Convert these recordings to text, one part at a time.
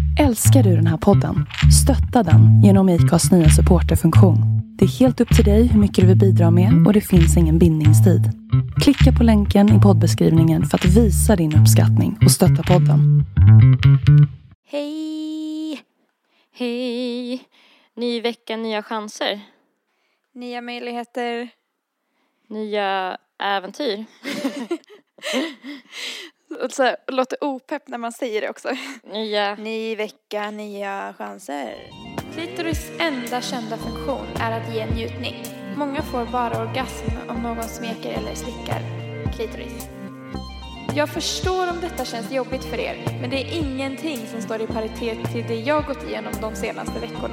Älskar du den här podden? Stötta den genom IKAs nya supporterfunktion. Det är helt upp till dig hur mycket du vill bidra med och det finns ingen bindningstid. Klicka på länken i poddbeskrivningen för att visa din uppskattning och stötta podden. Hej! Hej! Ny vecka, nya chanser. Nya möjligheter. Nya äventyr. Och så låter opepp när man säger det också. Nya... Ny vecka, nya chanser. Klitoris enda kända funktion är att ge njutning. Många får bara orgasm om någon smeker eller slickar klitoris. Jag förstår om detta känns jobbigt för er, men det är ingenting som står i paritet till det jag gått igenom de senaste veckorna.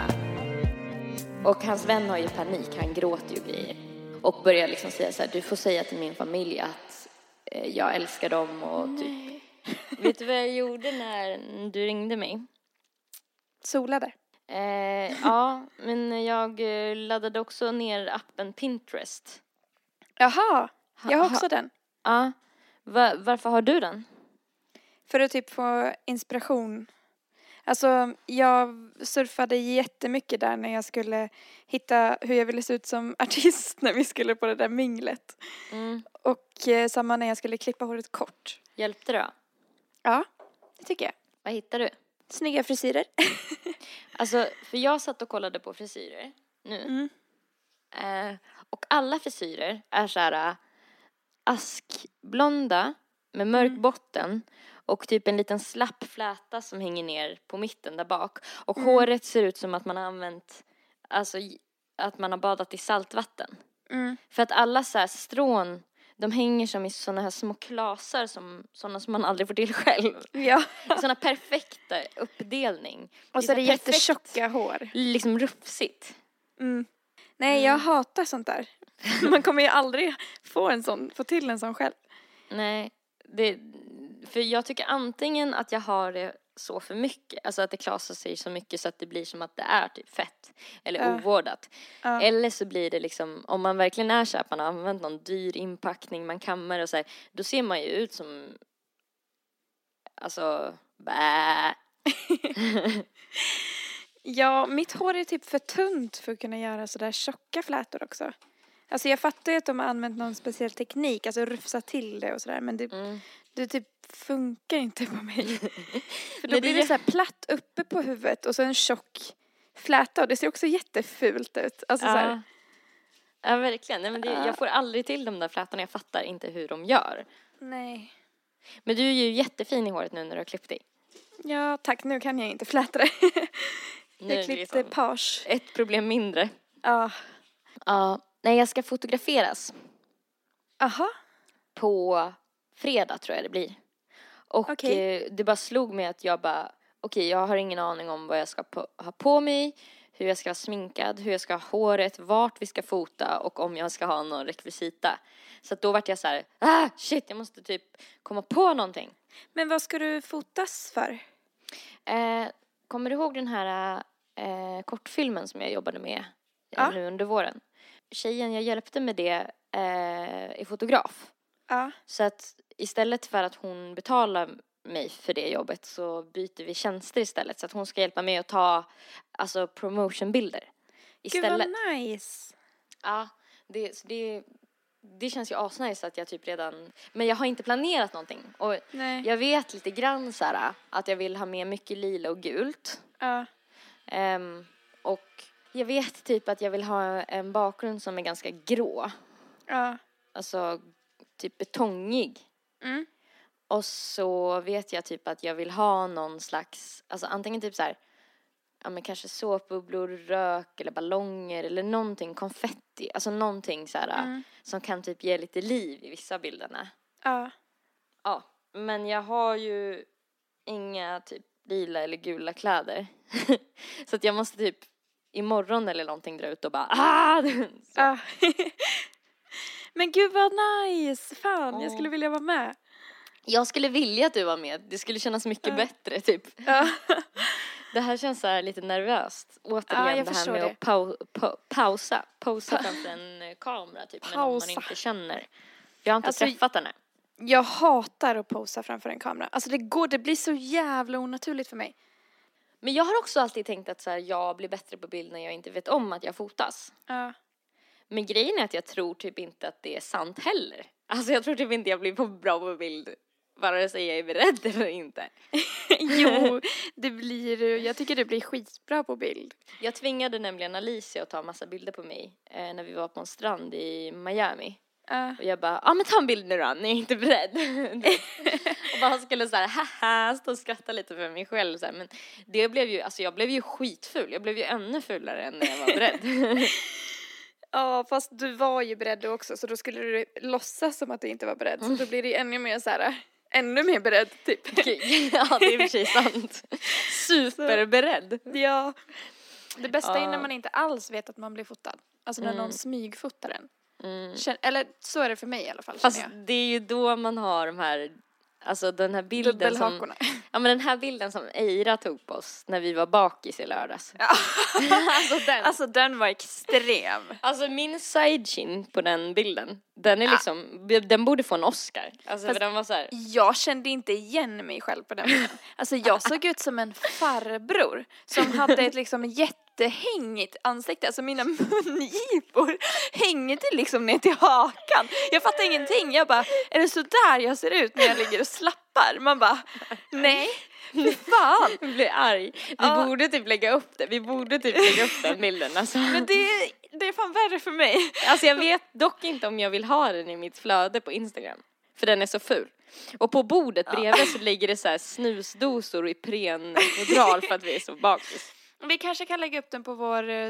Och hans vän har ju panik, han gråter ju grejer. Och börjar liksom säga så här, du får säga till min familj att jag älskar dem och typ... Vet du vad jag gjorde när du ringde mig? Solade. Ja, men jag laddade också ner appen Pinterest. Jaha, jag har också den. Ja, varför har du den? För att typ få inspiration. Alltså, jag surfade jättemycket där när jag skulle hitta hur jag ville se ut som artist när vi skulle på det där minglet. Mm. Och samma när jag skulle klippa håret kort. Hjälpte det då? Ja, det tycker jag. Vad hittade du? Snygga frisyrer. Alltså, för jag satt och kollade på frisyrer nu. Och alla frisyrer är så här askblonda med mörk botten. Och typ en liten slapp fläta som hänger ner på mitten där bak. Och håret ser ut som att man har använt, alltså att man har badat i saltvatten. För att alla så här strån, de hänger som i såna här små klasar, såna som man aldrig får till själv. Ja. Såna perfekta uppdelning. Och så är det jättetjocka hår. Liksom rufsigt. Nej, jag hatar sånt där. Man kommer ju aldrig få till en sån själv. Nej, för jag tycker antingen att jag har det så för mycket, alltså att det klasar sig så mycket så att det blir som att det är typ fett eller ovårdat. Eller så blir det liksom, om man verkligen är så att man har använt någon dyr inpackning, man kammar och så här, då ser man ju ut som, alltså, Ja, mitt hår är typ för tunt för att kunna göra så där tjocka flätor också. Alltså jag fattar ju att de har använt någon speciell teknik, alltså rufsa till det och sådär, men det typ funkar inte på mig. För då blir det så här platt uppe på huvudet och så en tjock fläta och det ser också jättefult ut. Alltså så här. Ja, verkligen. Nej, men jag får aldrig till de där flätorna, jag fattar inte hur de gör. Nej. Men du är ju jättefin i håret nu när du har klippt dig. Ja, tack. Nu kan jag inte fläta det. Jag klippte liksom page. Ett problem mindre. Ja. Ja. Nej, jag ska fotograferas. Aha. På fredag tror jag det blir. Och det bara slog mig att jag jag har ingen aning om vad jag ska ha på mig. Hur jag ska vara sminkad, hur jag ska ha håret, vart vi ska fota och om jag ska ha någon rekvisita. Så att då vart jag så här, jag måste typ komma på någonting. Men vad ska du fotas för? Kommer du ihåg den här kortfilmen som jag jobbade med nu under våren? Tjejen jag hjälpte med det är fotograf. Ja. Så att istället för att hon betalar mig för det jobbet så byter vi tjänster istället. Så att hon ska hjälpa mig att ta promotionbilder istället. Gud vad nice. Ja, det känns ju asnice att jag typ redan... Men jag har inte planerat någonting. Och jag vet lite grann så här, att jag vill ha med mycket lila och gult. Ja. Och jag vet typ att jag vill ha en bakgrund som är ganska grå. Ja. Alltså typ betongig. Och så vet jag typ att jag vill ha någon slags, alltså antingen typ så här, ja men kanske såpbubblor, rök eller ballonger eller någonting, konfetti, alltså någonting så här som kan typ ge lite liv i vissa bilderna. Ja. Ja, men jag har ju inga typ lila eller gula kläder. Så att jag måste typ imorgon eller någonting dra ut och bara Men gud vad nice. Fan, jag skulle vilja vara med. Jag skulle vilja att du var med. Det skulle kännas mycket bättre typ. Det här känns så här lite nervöst. Återigen det här med att posa framför en kamera typ med någon man inte känner. Jag har inte träffat henne. Jag hatar att posa framför en kamera. Alltså det blir så jävla onaturligt för mig. Men jag har också alltid tänkt att så här, jag blir bättre på bild när jag inte vet om att jag fotas. Ja. Men grejen är att jag tror typ inte att det är sant heller. Alltså jag tror typ inte jag blir bra på bild vare sig jag är beredd eller inte. Jo, det blir du. Jag tycker du blir skitbra på bild. Jag tvingade nämligen Alicia att ta massa bilder på mig när vi var på en strand i Miami. Och jag bara, men ta en bild nu då, ni är inte beredd. Och bara skulle så här, haha, stå och skratta lite för mig själv. Så här. Men det blev ju, alltså jag blev ju skitful. Jag blev ju ännu fulare än när jag var beredd. Ja, fast du var ju beredd också, så då skulle du låtsas som att du inte var beredd. Så då blir det ännu mer så här, ännu mer beredd typ. Okej. Ja, det är i och för sig sant. Superberedd. Ja. Det bästa är när man inte alls vet att man blir fotad. Alltså när någon smygfotar en. Eller så är det för mig i alla fall. Fast det är ju då man har de här, alltså den här bilden som, ja men den här bilden som Eira tog på oss när vi var bakis i lördags. Ja. Alltså den var extrem. Alltså min sidechin på den bilden, den är liksom, den borde få en Oscar. Alltså för den var så här. Jag kände inte igen mig själv på den bilden. Alltså jag såg ut som en farbror som hade ett liksom jättehängigt ansikte. Alltså mina mungipor hängde liksom ner till hakan. Jag fattar ingenting. Jag bara, är det så där jag ser ut när jag ligger och slappar? Man bara, nej. Fy fan. Jag blir arg. Vi borde typ lägga upp det. Vi borde typ lägga upp den bilden. Alltså. Men det är fan värre för mig. Alltså jag vet dock inte om jag vill ha den i mitt flöde på Instagram. För den är så ful. Och på bordet bredvid så ligger det så här snusdosor och Ipren-fodral för att vi är så bakis. Vi kanske kan lägga upp den på vår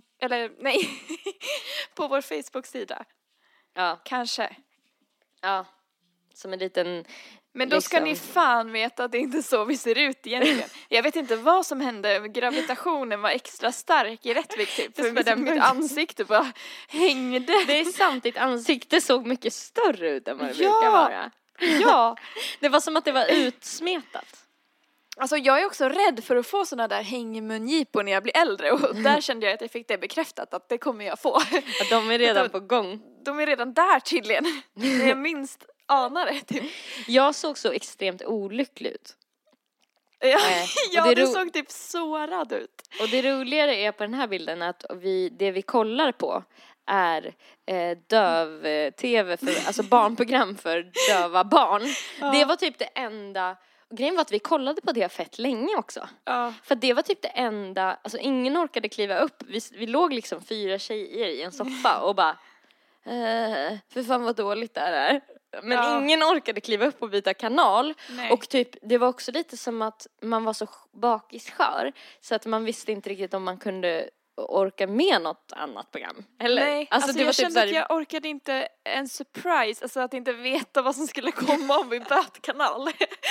på vår Facebook-sida. Ja. Kanske. Ja. Som en liten. Men då ska ni fan veta att det inte är så vi ser ut egentligen. Jag vet inte vad som hände. Gravitationen var extra stark i Rättvik typ. För mitt ansikte bara hängde. Det är sant, ditt ansikte såg mycket större ut än vad det brukar vara. Ja. Det var som att det var utsmetat. Alltså jag är också rädd för att få såna där hängmungipor när jag blir äldre. Och där kände jag att jag fick det bekräftat att det kommer jag få. Att de är redan på gång. De är redan där tydligen. Det är minst anar det typ. Jag såg så extremt olycklig ut. Ja, du såg typ sårad ut. Och det roligare är på den här bilden att det vi kollar på är döv-tv, alltså barnprogram för döva barn. Ja. Det var typ det enda. Och grejen var att vi kollade på det fett länge också. Ja. För det var typ det enda, alltså ingen orkade kliva upp. Vi låg liksom 4 tjejer i en soffa och bara för fan vad dåligt det är. Men ingen orkade kliva upp och byta kanal. Nej. Och typ, det var också lite som att man var så bakisskör. Så att man visste inte riktigt om man kunde orka med något annat program. Eller? Nej, alltså det var jag typ kände att jag orkade inte en surprise. Alltså att inte veta vad som skulle komma om vi bytte kanal.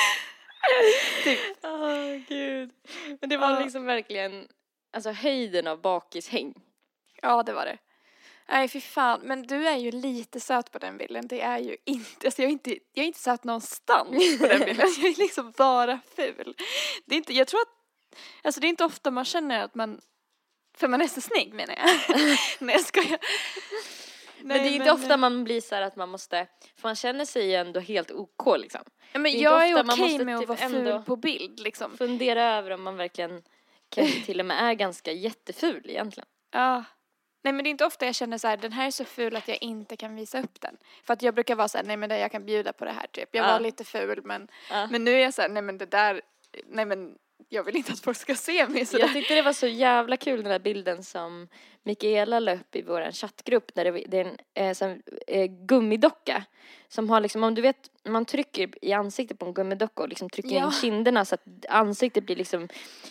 Typ. Gud. Men det var liksom verkligen alltså höjden av bakishäng. Ja, det var det. Nej, fy fan. Men du är ju lite söt på den bilden. Det är ju inte, alltså jag är inte söt någonstans på den bilden. Jag är liksom bara ful. Det är inte, jag tror att, alltså det är inte ofta man känner att man, för man är så snygg menar jag. Nej, jag skojar. Men det är inte ofta man blir så här att man måste, för man känner sig ändå helt OK liksom. Ja, men jag är okej med att vara ful på bild liksom. Fundera över om man verkligen kanske till och med är ganska jätteful egentligen. Ja. Nej, men det är inte ofta jag känner så här, den här är så ful att jag inte kan visa upp den. För att jag brukar vara så här, nej men jag kan bjuda på det här typ. Jag var lite ful men nu är jag så här, nej men det där, nej men jag vill inte att folk ska se mig så. Jag tyckte det var så jävla kul den där bilden som Mikaela la upp i vår chattgrupp där det är en gummidocka som har liksom, om du vet, man trycker i ansiktet på en gummidocka och liksom trycker in kinderna så att ansiktet blir liksom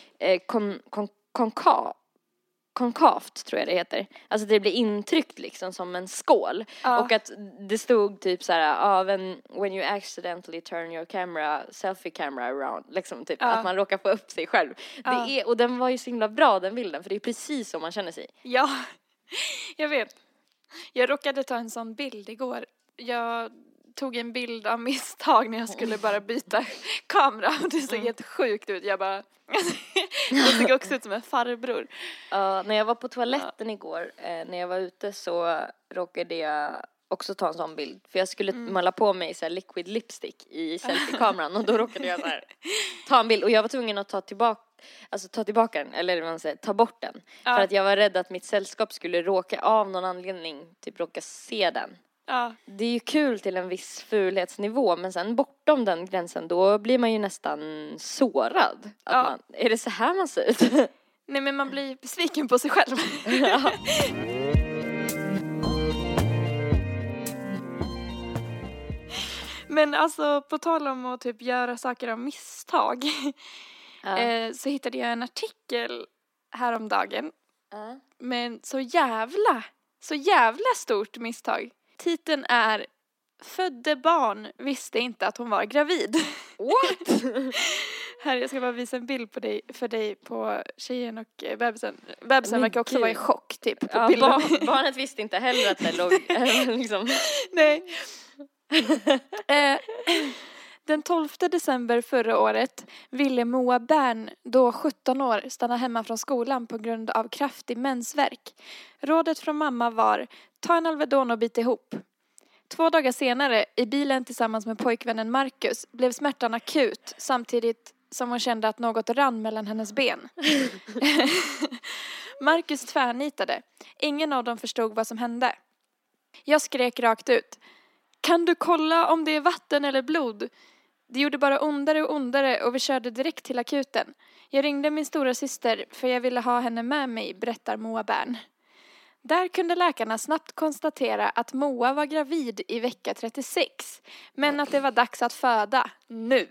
konkavt tror jag det heter. Alltså det blir intryckt liksom som en skål. Och att det stod typ så här when you accidentally turn your selfie camera around. Liksom typ att man råkar få upp sig själv. Och den var ju så himla bra den bilden. För det är precis som man känner sig. Ja, jag vet. Jag råkade ta en sån bild igår. Jag tog en bild av misstag när jag skulle bara byta kamera. Och det såg helt sjukt ut. Jag bara, det såg också ut som en farbror. När jag var på toaletten igår, när jag var ute så råkade jag också ta en sån bild. För jag skulle måla på mig så här liquid lipstick i selfie-kameran. Och då råkade jag så här ta en bild. Och jag var tvungen att ta tillbaka, alltså ta tillbaka den, eller man säger, ta bort den. För att jag var rädd att mitt sällskap skulle råka av någon anledning, typ råka se den. Ja. Det är ju kul till en viss fulhetsnivå, men sen bortom den gränsen då blir man ju nästan sårad. Att är det så här man ser ut? Nej, men man blir besviken på sig själv. Men alltså på tal om att typ göra saker av misstag så hittade jag en artikel häromdagen med så jävla stort misstag. Titeln är "Födde barn visste inte att hon var gravid". What? Här, jag ska bara visa en bild för dig på tjejen och bebisen. Bebisen verkar också vara i chock typ på bilden. Barnet visste inte heller att det låg liksom. Nej. Den 12 december förra året ville Moa Bern, då 17 år, stanna hemma från skolan på grund av kraftig mensvärk. Rådet från mamma var: ta en Alvedon och bit ihop. 2 dagar senare, i bilen tillsammans med pojkvännen Marcus, blev smärtan akut samtidigt som hon kände att något rann mellan hennes ben. Marcus tvärnitade. Ingen av dem förstod vad som hände. Jag skrek rakt ut: kan du kolla om det är vatten eller blod? Det gjorde bara ondare och ondare och vi körde direkt till akuten. Jag ringde min stora syster för jag ville ha henne med mig, berättar Moa Bern. Där kunde läkarna snabbt konstatera att Moa var gravid i vecka 36, men att det var dags att föda nu.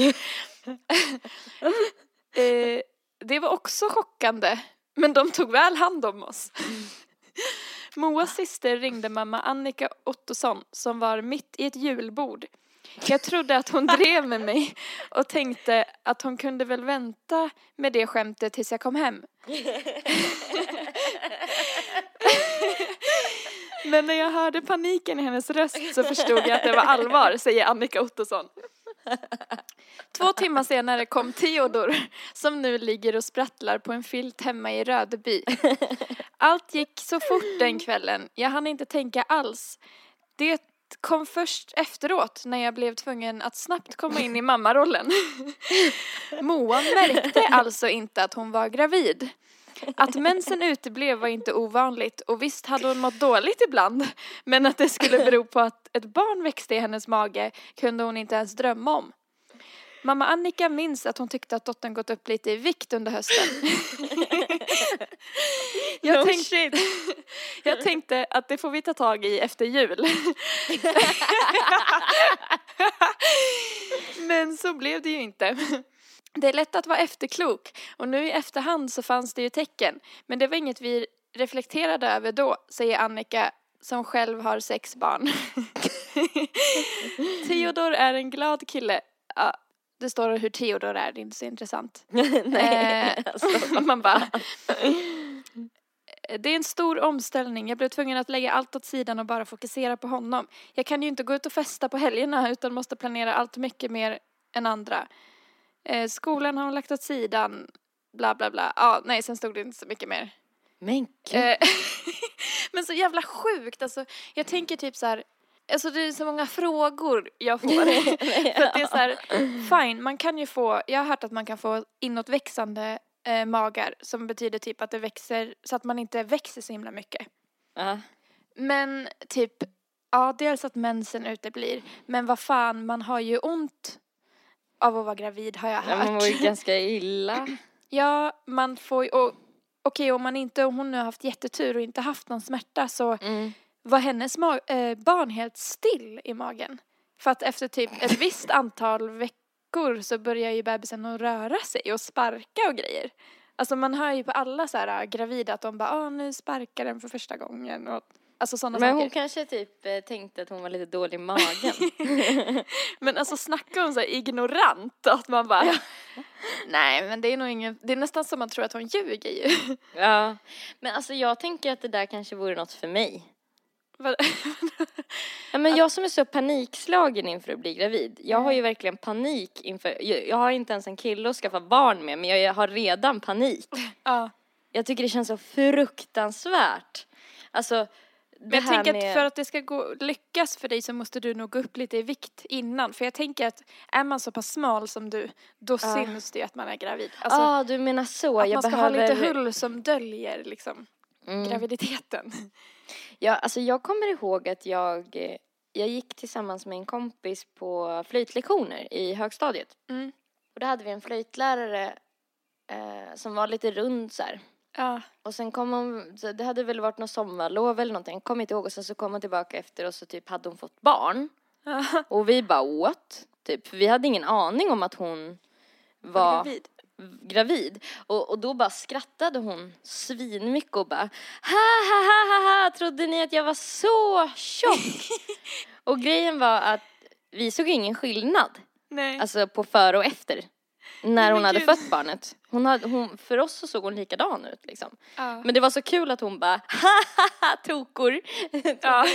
Det var också chockande, men de tog väl hand om oss. Moas syster ringde mamma Annika Ottosson som var mitt i ett julbord. Jag trodde att hon drev med mig och tänkte att hon kunde väl vänta med det skämtet tills jag kom hem. Men när jag hörde paniken i hennes röst så förstod jag att det var allvar, säger Annika Ottosson. 2 timmar senare kom Theodor som nu ligger och sprattlar på en filt hemma i Rödeby. Allt gick så fort den kvällen. Jag hann inte tänka alls. Det kom först efteråt när jag blev tvungen att snabbt komma in i mammarollen. Moa märkte alltså inte att hon var gravid. Att mensen uteblev var inte ovanligt och visst hade hon mått dåligt ibland. Men att det skulle bero på att ett barn växte i hennes mage kunde hon inte ens drömma om. Mamma Annika minns att hon tyckte att dottern gått upp lite i vikt under hösten. Jag tänkte att det får vi ta tag i efter jul. Men så blev det ju inte. Det är lätt att vara efterklok och nu i efterhand så fanns det ju tecken. Men det var inget vi reflekterade över då, säger Annika som själv har 6 barn. Theodor är en glad kille. Ja, det står hur Theodor är, det är inte så intressant. Nej, alltså. Man bara... Det är en stor omställning. Jag blev tvungen att lägga allt åt sidan och bara fokusera på honom. Jag kan ju inte gå ut och festa på helgerna utan måste planera allt mycket mer än andra. Skolan har hon lagt åt sidan. Bla bla bla. Ja, nej, sen stod det inte så mycket mer. Men gud. Men så jävla sjukt. Alltså, jag tänker typ så här. Alltså det är så många frågor jag får. För att det är så här, fine, man kan ju få, jag har hört att man kan få inåtväxande magar som betyder typ att det växer så att man inte växer så himla mycket. Men typ, ja, dels att mensen uteblir. Men vad fan, man har ju ont av att vara gravid, har jag hört. Ja, man mår ju ganska illa. Ja, man får ju, okej, om hon nu har haft jättetur och inte haft någon smärta så var hennes barn helt still i magen. För att efter typ ett visst antal veckor så börjar ju bebisen att röra sig och sparka och grejer. Alltså man hör ju på alla så här gravida att de bara, nu sparkar den för första gången. Och, alltså sådana saker. Men hon kanske typ tänkte att hon var lite dålig i magen. Men alltså snacka om så här ignorant. Att man bara, nej men det är nog ingen, det är nästan som man tror att hon ljuger ju. Ja, men alltså jag tänker att det där kanske vore något för mig. Ja, men jag som är så panikslagen inför att bli gravid. Jag har ju verkligen panik inför. Jag har inte ens en kille att skaffa barn med. Men jag har redan panik. Jag tycker det känns så fruktansvärt. Alltså Men jag tänker att för att det ska lyckas för dig så måste du nog gå upp lite i vikt innan. För jag tänker att är man så pass smal som du, då syns det att man är gravid. Alltså, du menar så. Att man ska ha lite hull som döljer liksom graviditeten. Ja, alltså jag kommer ihåg att jag gick tillsammans med en kompis på flöjtlektioner i högstadiet. Och då hade vi en flöjtlärare som var lite rund så här. Ja. Och sen kom hon, så det hade väl varit någon sommarlov eller någonting, kom inte ihåg. Och sen så kom hon tillbaka efter och så typ hade hon fått barn. Och vi bara, what? Typ, för vi hade ingen aning om att hon var gravid. Och då bara skrattade hon svinmycket och bara, ha, trodde ni att jag var så tjock? Och grejen var att vi såg ingen skillnad. Nej. Alltså på före och efter. När hon hade fött barnet. För oss så såg hon likadan ut liksom. Ja. Men det var så kul att hon bara, tokor. Ja.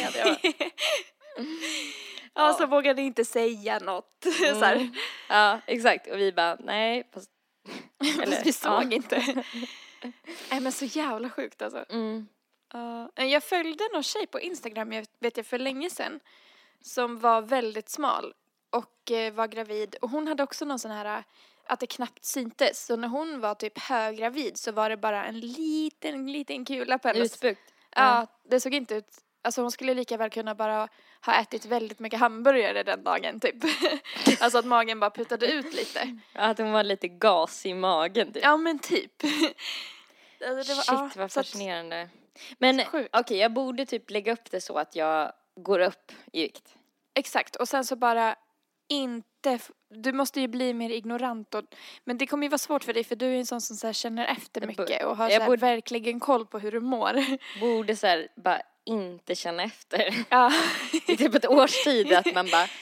Ja, så vågade inte säga något. Så här. Ja, exakt. Och vi bara, nej. Fast vi såg inte. Nej, men så jävla sjukt alltså. Jag följde någon tjej på Instagram, jag för länge sedan. Som var väldigt smal. Och var gravid. Och hon hade också någon sån här, att det knappt syntes. Så när hon var typ höggravid så var det bara en liten kula på hennes. Utbukt. Ja, det såg inte ut. Alltså hon skulle lika väl kunna bara ha ätit väldigt mycket hamburgare den dagen typ. Alltså att magen bara putade ut lite. Att hon var lite gas i magen typ. Ja, men typ. Alltså, det var, vad fascinerande. Men okej, jag borde typ lägga upp det så att jag går upp i vikt. Exakt, och sen så bara inte, du måste ju bli mer ignorant men det kommer ju vara svårt för dig för du är en sån som så här känner efter mycket och har så här verkligen koll på hur du mår. Borde så här bara inte känna efter. Ja. I typ ett års tid att man bara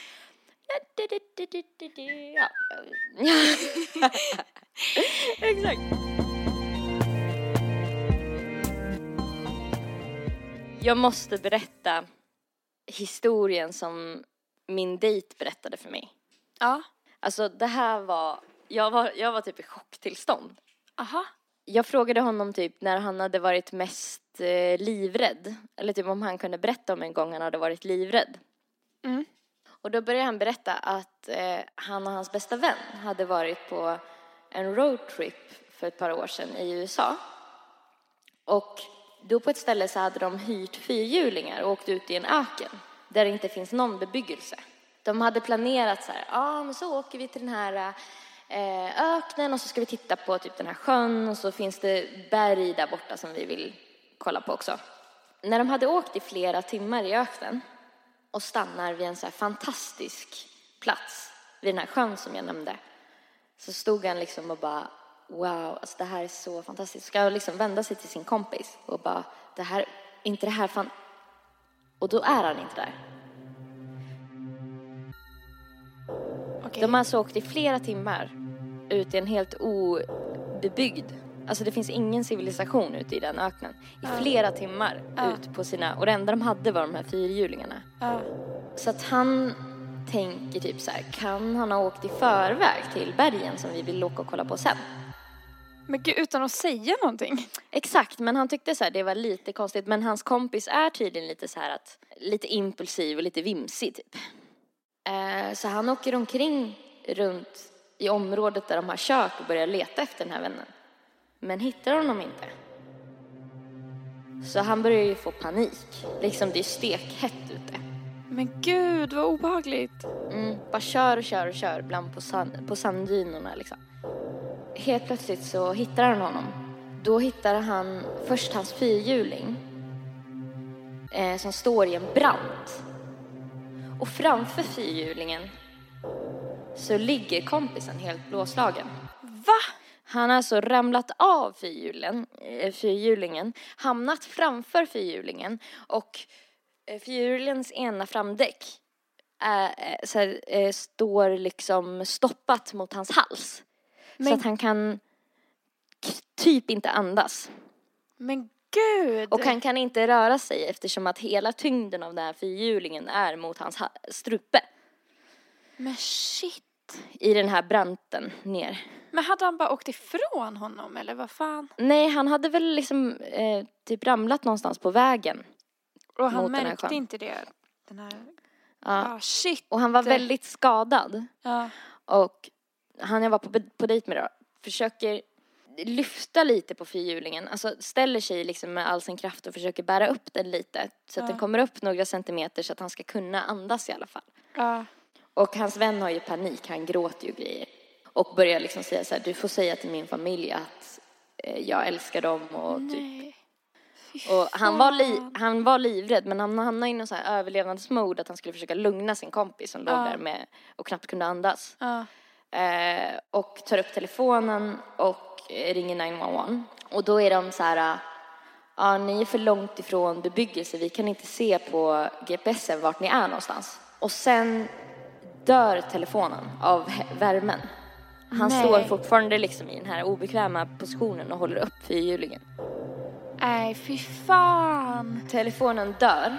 ja. Exakt. Jag måste berätta historien som min dejt berättade för mig. Ja. Alltså det här var, jag var typ i chocktillstånd. Aha. Jag frågade honom typ när han hade varit mest livrädd. Eller typ om han kunde berätta om en gång han hade varit livrädd. Och då började han berätta att han och hans bästa vän hade varit på en roadtrip för ett par år sedan i USA. Och då på ett ställe så hade de hyrt fyrhjulingar och åkt ut i en öken. Där det inte finns någon bebyggelse. De hade planerat så här, men så åker vi till den här öknen och så ska vi titta på typ den här sjön och så finns det berg där borta som vi vill kolla på också. När de hade åkt i flera timmar i öknen och stannar vid en så här fantastisk plats vid den här sjön som jag nämnde, så stod han liksom och bara, wow, alltså det här är så fantastiskt. Ska jag liksom vända sig till sin kompis och bara, inte det här fan. Och då är han inte där. Okay. De har alltså åkt i flera timmar ut i en helt obebyggd. Alltså det finns ingen civilisation ute i den öknen. I flera timmar ut på sina. Och det enda de hade var de här fyrhjulingarna. Så att han tänker typ så här, kan han ha åkt i förväg till bergen som vi vill åka och kolla på sen? Men gud, utan att säga någonting. Exakt, men han tyckte så här, det var lite konstigt. Men hans kompis är tydligen lite så här lite impulsiv och lite vimsig typ. Så han åker omkring runt i området där de har kört och börjar leta efter den här vännen. Men hittar honom inte. Så han börjar ju få panik. Liksom det är stekhett ute. Men gud, vad obehagligt. Bara kör bland på sanddynorna liksom. Helt plötsligt så hittar han honom. Då hittar han först hans fyrhjuling. Som står i en brant. Och framför fyrhjulingen så ligger kompisen helt blåslagen. Va? Han har alltså ramlat av fyrhjulingen, hamnat framför fyrhjulingen och fyrhjulingens ena framdäck står liksom stoppat mot hans hals. Så att han kan typ inte andas. Men gud! Och han kan inte röra sig eftersom att hela tyngden av den här fyrhjulingen är mot hans strupe. Men shit! I den här branten ner. Men hade han bara åkt ifrån honom eller vad fan? Nej, han hade väl liksom typ ramlat någonstans på vägen. Och han mot den här märkte sjön. inte det. Den här... Ja. Shit. Och han var väldigt skadad. Ja. Och han jag var på dejt med då försöker lyfta lite på fyrhjulingen. Alltså ställer sig liksom med all sin kraft och försöker bära upp den lite. Så att den kommer upp några centimeter så att han ska kunna andas i alla fall. Ja. Och hans vän har ju panik. Han gråter ju grejer. Och börjar liksom säga så här: du får säga till min familj att jag älskar dem och typ. Och han var livrädd, men han hamnade i någon så här överlevnadsmode att han skulle försöka lugna sin kompis som låg där med och knappt kunde andas. Och tar upp telefonen och ringer 911. Och då är de så här: ni är för långt ifrån bebyggelse, vi kan inte se på GPSen vart ni är någonstans. Och sen dör telefonen av värmen. Han står fortfarande liksom i den här obekväma positionen och håller upp fyrhjulingen. Nej, fy fan. Telefonen dör.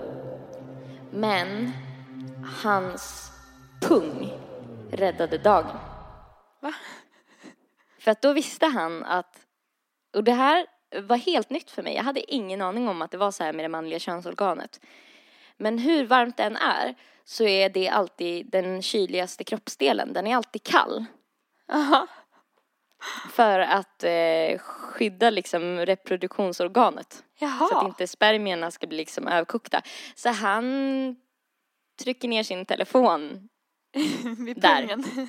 Men hans pung räddade dagen. Va? För att då visste han att, och det här var helt nytt för mig. Jag hade ingen aning om att det var så här med det manliga könsorganet. Men hur varmt den är så är det alltid den kyligaste kroppsdelen. Den är alltid kall. Aha. För att skydda liksom reproduktionsorganet. Jaha. Så att inte spermierna ska bli liksom överkokta. Så han trycker ner sin telefon Vid där. pungen.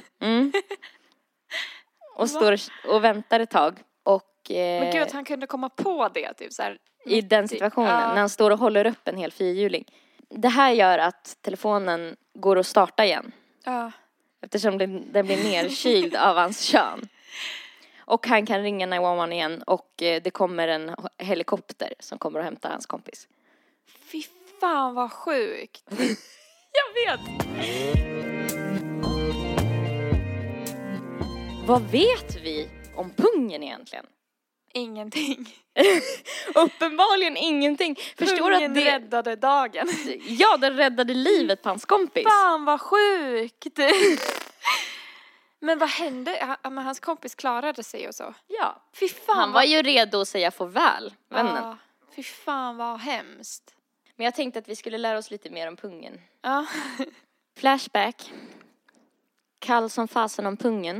Och står och väntar ett tag. Och, Men gud, att han kunde komma på det. Typ, så här, i den situationen. När han står och håller upp en hel fyrhjuling. Det här gör att telefonen går att starta igen. Ja. Eftersom den blir nerkyld av hans kön. Och han kan ringa 911 igen. Och det kommer en helikopter som kommer att hämta hans kompis. Fy fan vad sjukt. Jag vet. Vad vet vi om pungen egentligen? Ingenting. Uppenbarligen ingenting. Förstår du att det räddade dagen. Ja, den räddade livet på hans kompis. Fan vad sjukt. Men vad hände? Men hans kompis klarade sig och så. Ja. Fy fan. Han var ju redo att säga farväl, vännen. Ja, fy fan vad hemskt. Men jag tänkte att vi skulle lära oss lite mer om pungen. Ja. Flashback. Kall som fasen om pungen.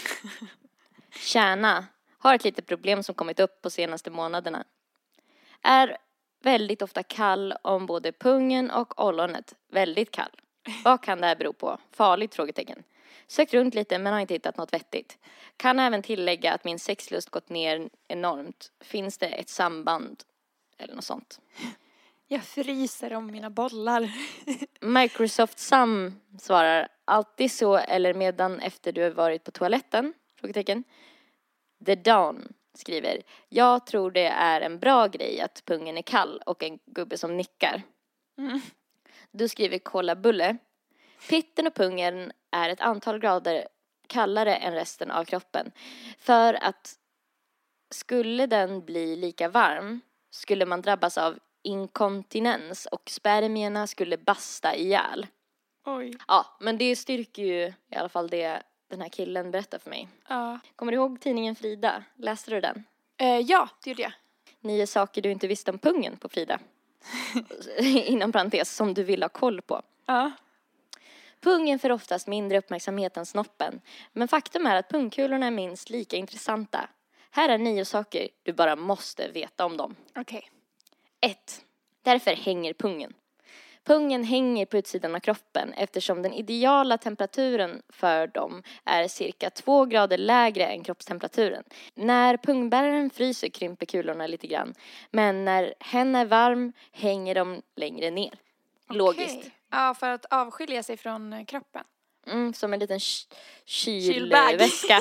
Kärna. Har ett litet problem som kommit upp på senaste månaderna. Är väldigt ofta kall om både pungen och ollonet. Väldigt kall. Vad kan det här bero på? Farligt? Frågetecken. Sökt runt lite men har inte hittat något vettigt. Kan även tillägga att min sexlust gått ner enormt. Finns det ett samband? Eller något sånt. Jag fryser om mina bollar. Microsoft Sam svarar: alltid så eller medan efter du har varit på toaletten? Frågetecken. The Dawn skriver: jag tror det är en bra grej att pungen är kall och en gubbe som nickar. Du skriver Kolla Bulle: pitten och pungen är ett antal grader kallare än resten av kroppen. För att skulle den bli lika varm skulle man drabbas av inkontinens och spermierna skulle basta ihjäl. Oj. Ja, men det styrker ju i alla fall det den här killen berättar för mig. Ja. Kommer du ihåg tidningen Frida? Läste du den? Ja, det gjorde jag. 9 saker du inte visste om pungen på Frida. Inom parentes, som du vill ha koll på. Ja. Pungen får oftast mindre uppmärksamhet än snoppen. Men faktum är att pungkulorna är minst lika intressanta. Här är 9 saker du bara måste veta om dem. Okej. 1. Därför hänger pungen. Pungen hänger på utsidan av kroppen eftersom den ideala temperaturen för dem är cirka 2 grader lägre än kroppstemperaturen. När pungbäraren fryser krymper kulorna lite grann. Men när hen är varm hänger de längre ner. Logiskt. Ja, för att avskilja sig från kroppen. Som en liten kylväska.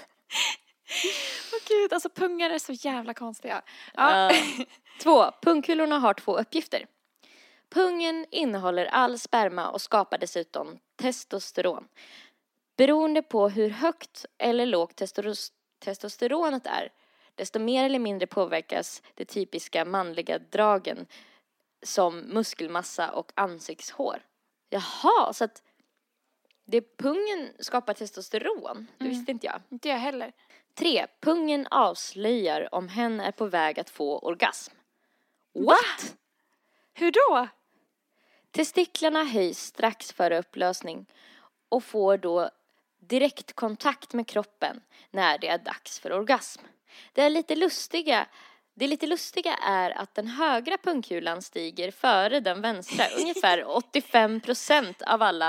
Åh gud, alltså pungar är så jävla konstiga. Ja. 2. Pungkulorna har 2 uppgifter. Pungen innehåller all sperma och skapar dessutom testosteron. Beroende på hur högt eller lågt testosteronet är, desto mer eller mindre påverkas de typiska manliga dragen som muskelmassa och ansiktshår. Jaha, så att pungen skapar testosteron. Det visste inte jag. Inte jag heller. 3. Pungen avslöjar om hen är på väg att få orgasm. What? Hur då? Testiklarna höjs strax före upplösning och får då direkt kontakt med kroppen när det är dags för orgasm. Det lite lustiga är att den högra pungkulan stiger före den vänstra ungefär 85%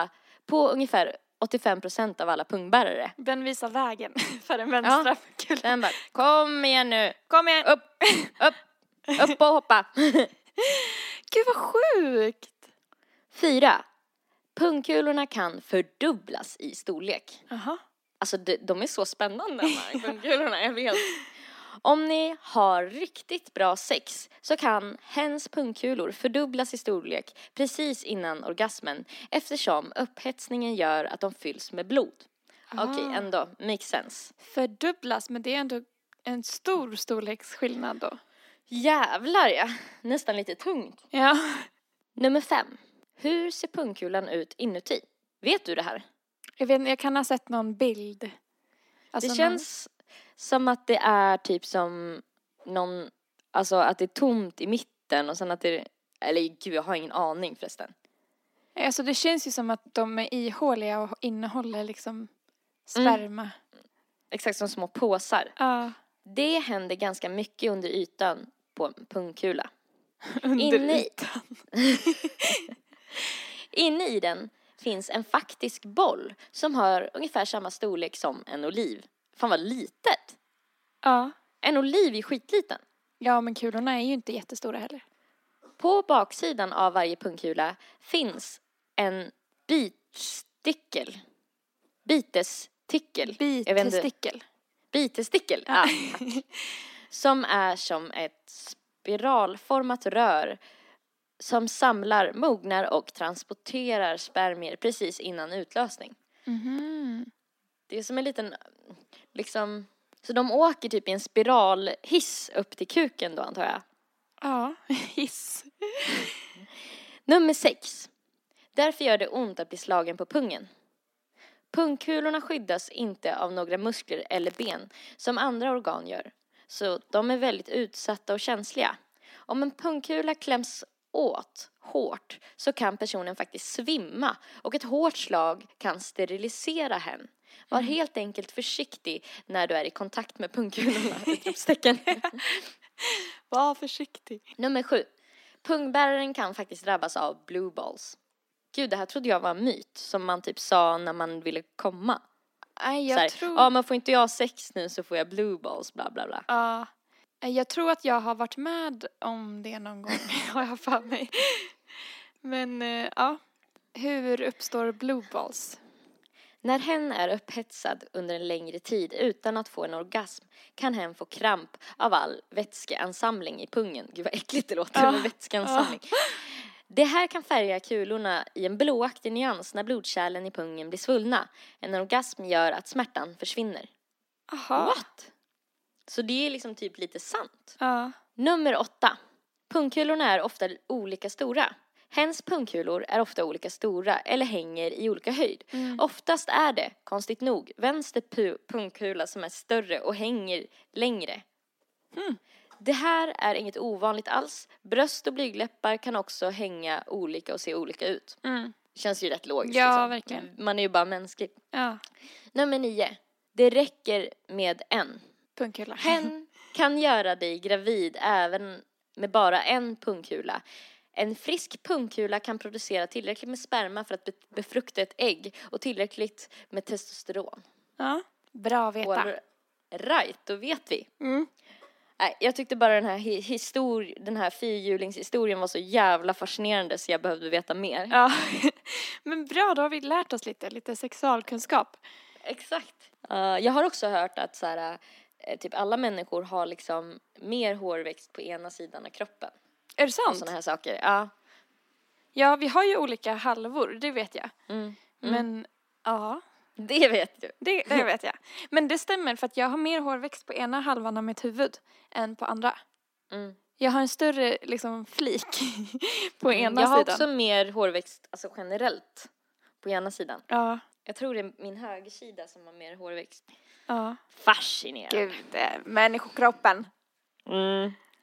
av alla pungbärare. Den visar vägen för den vänstra pungkulan. Den bara, kom igen nu. Kom igen. Upp och hoppa. Gud vad sjukt. 4. Pungkulorna kan fördubblas i storlek. Aha. Alltså de är så spännande de här pungkulorna. Jag vet. Om ni har riktigt bra sex så kan hens pungkulor fördubblas i storlek precis innan orgasmen eftersom upphetsningen gör att de fylls med blod. Okej, ändå. Makes sense. Fördubblas, men det är ändå en stor storleksskillnad då. Jävlar ja. Nästan lite tungt. Ja. Nummer 5. Hur ser pungkulan ut inuti? Vet du det här? Jag kan ha sett någon bild. Alltså det känns som att det är typ som alltså att det är tomt i mitten och sen att det, eller gud jag har ingen aning förresten. Alltså det känns ju som att de är ihåliga och innehåller liksom sperma. Exakt, som små påsar. Ja. Det händer ganska mycket under ytan på en pungkula. Ytan. Inne i den finns en faktisk boll som har ungefär samma storlek som en oliv. Fan vad litet. Ja. En oliv är skitliten. Ja, men kulorna är ju inte jättestora heller. På baksidan av varje pungkula finns en bitestickel. Bitestickel. Ja. Som är som ett spiralformat rör som samlar, mognar och transporterar spermier precis innan utlösning. Mm-hmm. Det är som en liten, liksom, så de åker typ i en spiralhiss upp till kuken då antar jag. Ja, hiss. Nummer 6. Därför gör det ont att bli slagen på pungen. Pungkulorna skyddas inte av några muskler eller ben som andra organ gör. Så de är väldigt utsatta och känsliga. Om en pungkula kläms åt hårt så kan personen faktiskt svimma och ett hårt slag kan sterilisera hen. Var helt enkelt försiktig när du är i kontakt med pungkulorna. Utropstecken. Var försiktig. Nummer 7. Pungbäraren kan faktiskt drabbas av blue balls. Gud, det här trodde jag var en myt som man typ sa när man ville komma. Nej, jag tror... Ja, men får inte jag sex nu så får jag blue balls, bla bla bla. Ja, jag tror att jag har varit med om det någon gång, har jag för mig. Men ja, hur uppstår blue balls? När hen är upphetsad under en längre tid utan att få en orgasm kan hen få kramp av all vätskeansamling i pungen. Gud vad äckligt det låter med vätskeansamling. Det här kan färga kulorna i en blåaktig nyans när blodkärlen i pungen blir svullna. En orgasm gör att smärtan försvinner. Aha. What? Så det är liksom typ lite sant. Ja. Nummer 8. Pungkulorna är ofta olika stora. Hens pungkulor är ofta olika stora eller hänger i olika höjd. Oftast är det, konstigt nog, vänster pungkula som är större och hänger längre. Det här är inget ovanligt alls. Bröst och blygdläppar kan också hänga olika och se olika ut. Det känns ju rätt logiskt. Ja, liksom. verkligen. Man är ju bara mänsklig. Ja. Nummer 9. Det räcker med en. Pungkula. Hen kan göra dig gravid även med bara en pungkula. En frisk pungkula kan producera tillräckligt med sperma för att befrukta ett ägg och tillräckligt med testosteron. Ja, bra att veta. Right, då vet vi. Nej, jag tyckte bara den här fyrhjulingshistorien var så jävla fascinerande så jag behövde veta mer. Ja, men bra, då har vi lärt oss lite sexualkunskap. Exakt. Jag har också hört att så här, typ alla människor har liksom mer hårväxt på ena sidan av kroppen. Är det sant? Och såna här saker, ja. Ja, vi har ju olika halvor, det vet jag. Men, ja. Det vet du. Det vet jag. Men det stämmer för att jag har mer hårväxt på ena halvan av mitt huvud än på andra. Jag har en större liksom flik på ena sidan. Jag har också mer hårväxt alltså generellt på ena sidan. Ja. Jag tror det är min högersida som har mer hårväxt. Ja. Fascinerande. Gud, människokroppen.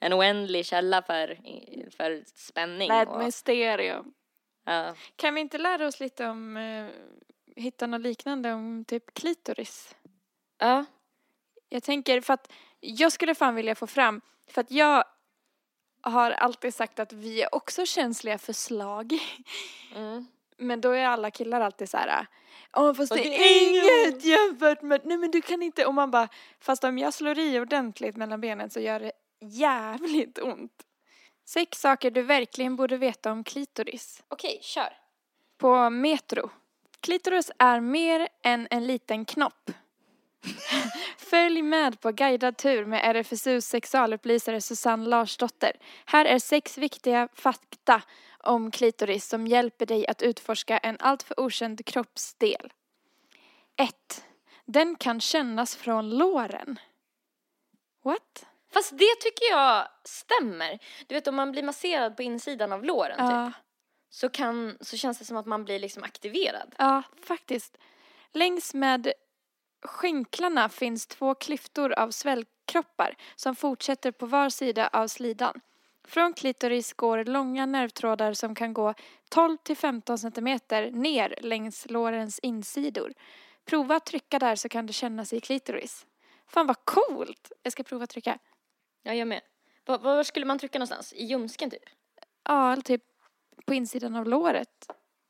en oändlig källa för spänning. Det är ett mysterium. Ja. Kan vi inte lära oss lite om, hitta något liknande om typ klitoris? Ja. Jag tänker, för att jag skulle fan vilja få fram, för att jag har alltid sagt att vi är också känsliga för slag. Mm. Men då är alla killar alltid så här, fast det är inget jämfört med, nej men du kan inte, och man bara, fast om jag slår i ordentligt mellan benen så gör det jävligt ont. 6 saker du verkligen borde veta om klitoris. Okej, kör. På Metro. Klitoris är mer än en liten knopp. Följ med på guidad tur med RFSUs sexualupplysare Susanne Larsdotter. Här är 6 viktiga fakta om klitoris som hjälper dig att utforska en alltför okänd kroppsdel. 1. Den kan kännas från låren. What? Fast det tycker jag stämmer. Du vet, om man blir masserad på insidan av låren typ, så känns det som att man blir liksom aktiverad. Ja, faktiskt. Längs med skänklarna finns 2 klyftor av svällkroppar som fortsätter på var sida av slidan. Från klitoris går långa nervtrådar som kan gå 12-15 centimeter ner längs lårens insidor. Prova att trycka där så kan det kännas i klitoris. Fan vad coolt! Jag ska prova att trycka. Ja, jag med. Var skulle man trycka någonstans? I ljumsken typ? Ja, eller typ på insidan av låret.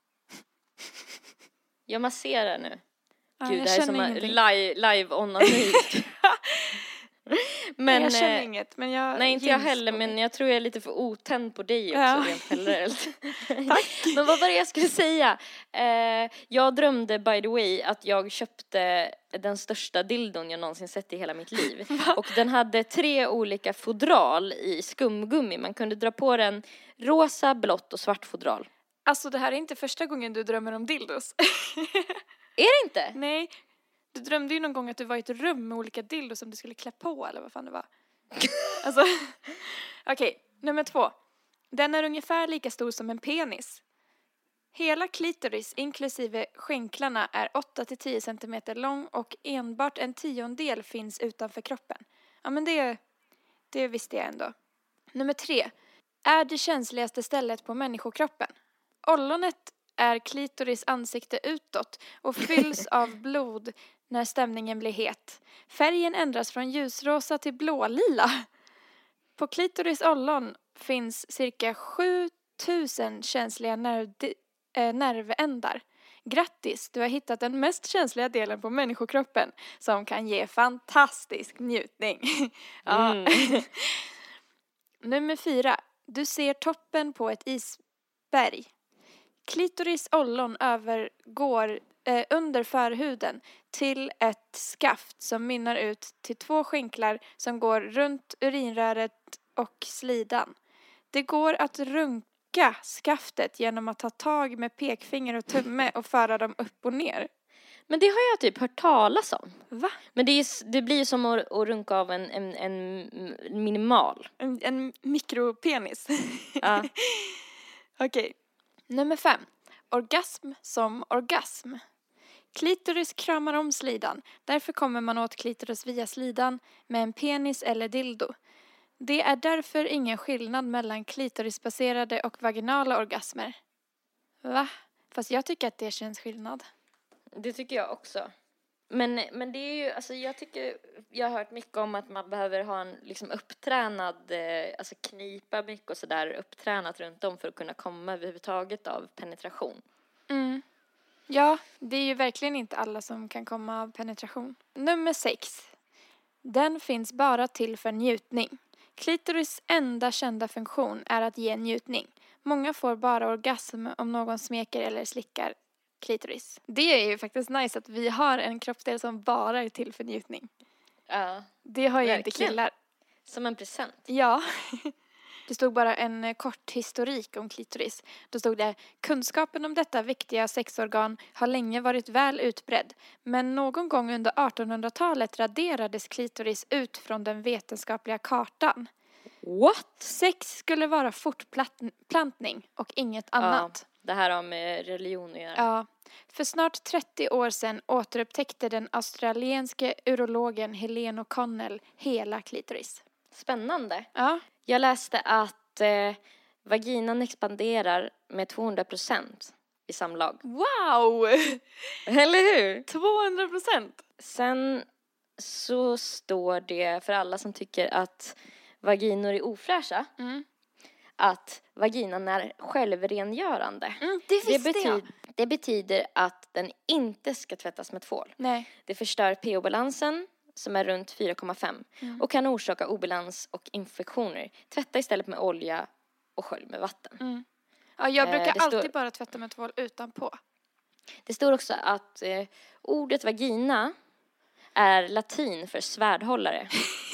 Jag masserar nu. Ja, Gud, jag det här är som live onani. Men jag känner inget, men jag... Nej, inte jag heller, men jag tror jag är lite för otänd på dig också, Ja. rent generellt. Tack. Men vad var det jag skulle säga? Jag drömde, by the way, att jag köpte den största dildon jag någonsin sett i hela mitt liv. Och den hade 3 olika fodral i skumgummi. Man kunde dra på den rosa, blått och svart fodral. Alltså det här är inte första gången du drömmer om dildos. Är det inte? Nej, du drömde ju någon gång att du var i ett rum med olika dildos som du skulle klä på, eller vad fan det var. Alltså, okej, nummer 2. Den är ungefär lika stor som en penis. Hela klitoris, inklusive skänklarna, är 8-10 centimeter lång och enbart en 10-del finns utanför kroppen. Ja, men det visste jag ändå. Nummer 3. Är det känsligaste stället på människokroppen. Ollonet är klitoris ansikte utåt och fylls av blod när stämningen blir het. Färgen ändras från ljusrosa till blålila. På klitoris ollon finns cirka 7000 känsliga nervändar. Grattis, du har hittat den mest känsliga delen på människokroppen som kan ge fantastisk njutning. Ja. Nummer 4. Du ser toppen på ett isberg. Klitoris ollon övergår under förhuden till ett skaft som mynnar ut till 2 skänklar som går runt urinröret och slidan. Det går att runka skaftet genom att ta tag med pekfinger och tumme och föra dem upp och ner. Men det har jag typ hört talas om. Va? Men det blir som att runka av en minimal. En mikropenis. Ja. Okej. Nummer 5. Orgasm som orgasm. Klitoris kramar om slidan. Därför kommer man åt klitoris via slidan med en penis eller dildo. Det är därför ingen skillnad mellan klitorisbaserade och vaginala orgasmer. Va? Fast jag tycker att det känns skillnad. Det tycker jag också. Men det är ju, alltså jag har hört mycket om att man behöver ha en liksom upptränad, alltså knipa mycket och sådär upptränat runt om för att kunna komma överhuvudtaget av penetration. Mm. Ja, det är ju verkligen inte alla som kan komma av penetration. Nummer 6. Den finns bara till för njutning. Klitoris enda kända funktion är att ge njutning. Många får bara orgasm om någon smeker eller slickar klitoris. Det är ju faktiskt nice att vi har en kroppsdel som bara är till för njutning. Ja. Det har ju inte Verkligen. killar. Som en present. Ja. Det stod bara en kort historik om klitoris. Då stod det: kunskapen om detta viktiga sexorgan har länge varit väl utbredd. Men någon gång under 1800-talet raderades klitoris ut från den vetenskapliga kartan. What? Sex skulle vara fortplantning och inget annat. Ja, det här har med religion att göra. Ja. För snart 30 år sedan återupptäckte den australienske urologen Helene O'Connell hela klitoris. Spännande. Ja. Jag läste att vaginan expanderar med 200% i samlag. Wow! Eller hur? 200%! Sen så står det för alla som tycker att vaginor är ofräscha att vaginan är självrengörande. Det visste jag. Det betyder att den inte ska tvättas med tvål. Nej. Det förstör pH-balansen som är runt 4,5 och kan orsaka obalans och infektioner. Tvätta istället med olja och skölj med vatten. Ja, jag brukar alltid bara tvätta med tvål utanpå. Det står också att ordet vagina är latin för svärdhållare.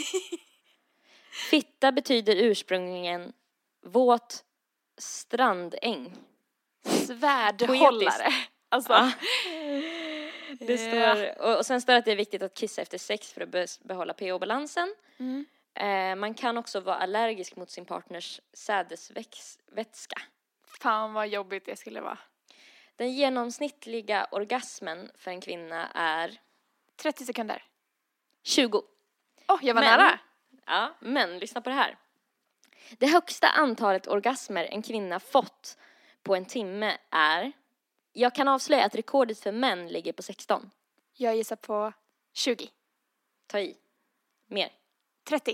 Fitta betyder ursprungligen våt strandäng. Svärdhållare. Alltså. Ja. Det står, och sen står det att det är viktigt att kissa efter sex för att behålla pH-balansen. Man kan också vara allergisk mot sin partners sädesvätska. Fan vad jobbigt det skulle vara. Den genomsnittliga orgasmen för en kvinna är 30 sekunder. 20. Jag var nära. Ja, men lyssna på det här. Det högsta antalet orgasmer en kvinna fått på en timme är... Jag kan avslöja att rekordet för män ligger på 16. Jag gissar på 20. Ta i. Mer. 30.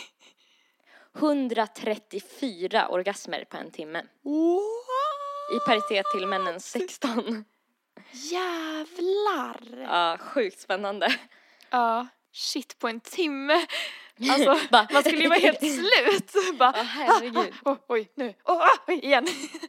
134 orgasmer på en timme. What? I paritet till männens 16. Jävlar. Ja, sjukt spännande. Ja, shit på en timme. Alltså, man skulle ju vara helt slut. Bara, herregud. Oj, nu. Oj, igen.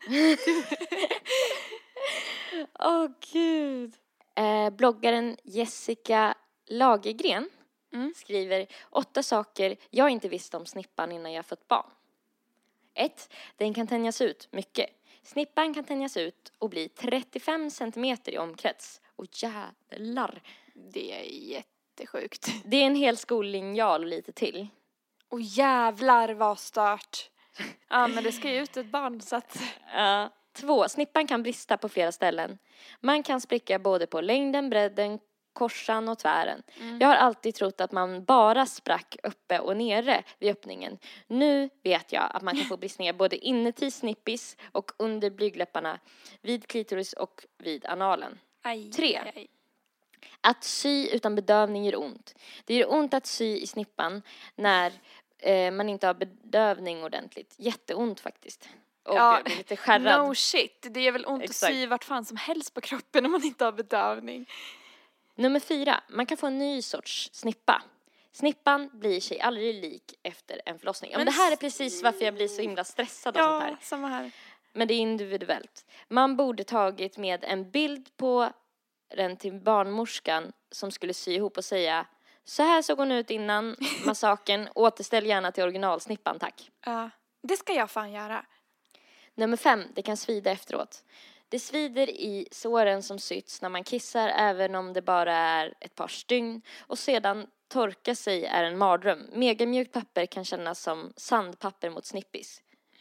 Gud. Bloggaren Jessica Lagergren skriver 8 saker jag inte visste om snippan innan jag fått barn. 1. Den kan tänjas ut mycket. Snippan kan tänjas ut och bli 35 centimeter i omkrets. Och jävlar. Det är jättesjukt. Det är en hel skollinjal och lite till. Och jävlar vad stört. Ja, men det ska ju ut ett barn så att... 2. Snippan kan brista på flera ställen. Man kan spricka både på längden, bredden, korsan och tvären. Jag har alltid trott att man bara sprack uppe och nere vid öppningen. Nu vet jag att man kan få bristningar både inuti snippis och under blygdläpparna, vid klitoris och vid analen. 3. Att sy utan bedövning gör ont. Det gör ont att sy i snippan när man inte har bedövning ordentligt. Jätteont faktiskt. Och blir lite skärrad. No shit. Det är väl ont att sy vart fan som helst på kroppen när man inte har bedövning. Nummer 4. Man kan få en ny sorts snippa. Snippan blir sig aldrig lik efter en förlossning. Men det här är precis varför jag blir så himla stressad av sånt här. Ja, samma här. Men det är individuellt. Man borde tagit med en bild på den till barnmorskan som skulle sy ihop och säga: så här såg hon ut innan massaken. Återställ gärna till originalsnippan, tack. Ja, det ska jag fan göra. Nummer 5. Det kan svida efteråt. Det svider i såren som sytts när man kissar, även om det bara är ett par stygn. Och sedan torka sig är en mardröm. Megamjukt papper kan kännas som sandpapper mot snippis.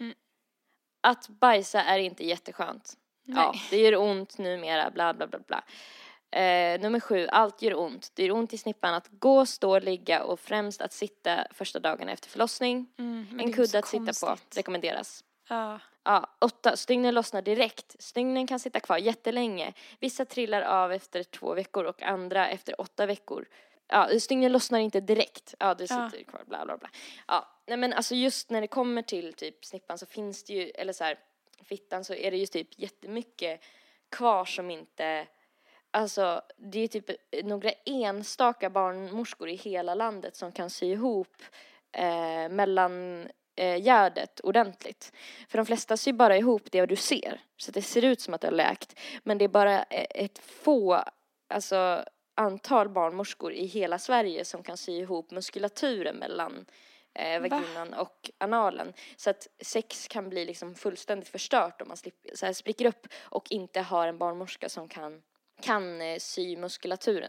Att bajsa är inte jätteskönt. Nej. Ja, det gör ont numera, bla bla bla bla. Nummer 7. Allt gör ont. Det gör ont i snippan att gå, stå, ligga och främst att sitta första dagen efter förlossning. En kudde att sitta på rekommenderas. Ja, 8. Stygnen lossnar direkt. Stygnen kan sitta kvar jättelänge. Vissa trillar av efter 2 veckor och andra efter 8 veckor. Ja, stygnen lossnar inte direkt. Ja, det sitter kvar, bla bla bla. Ja, nej men alltså just när det kommer till typ snippan så finns det ju, eller så här, fittan, så är det ju typ jättemycket kvar som inte... Alltså, det är typ några enstaka barnmorskor i hela landet som kan sy ihop mellan gärdet ordentligt. För de flesta syr bara ihop det du ser. Så det ser ut som att det har läkt. Men det är bara ett få, alltså antal barnmorskor i hela Sverige som kan sy ihop muskulaturen mellan vaginan och analen. Så att sex kan bli liksom fullständigt förstört om man så här spricker upp och inte har en barnmorska som kan sy muskulaturen.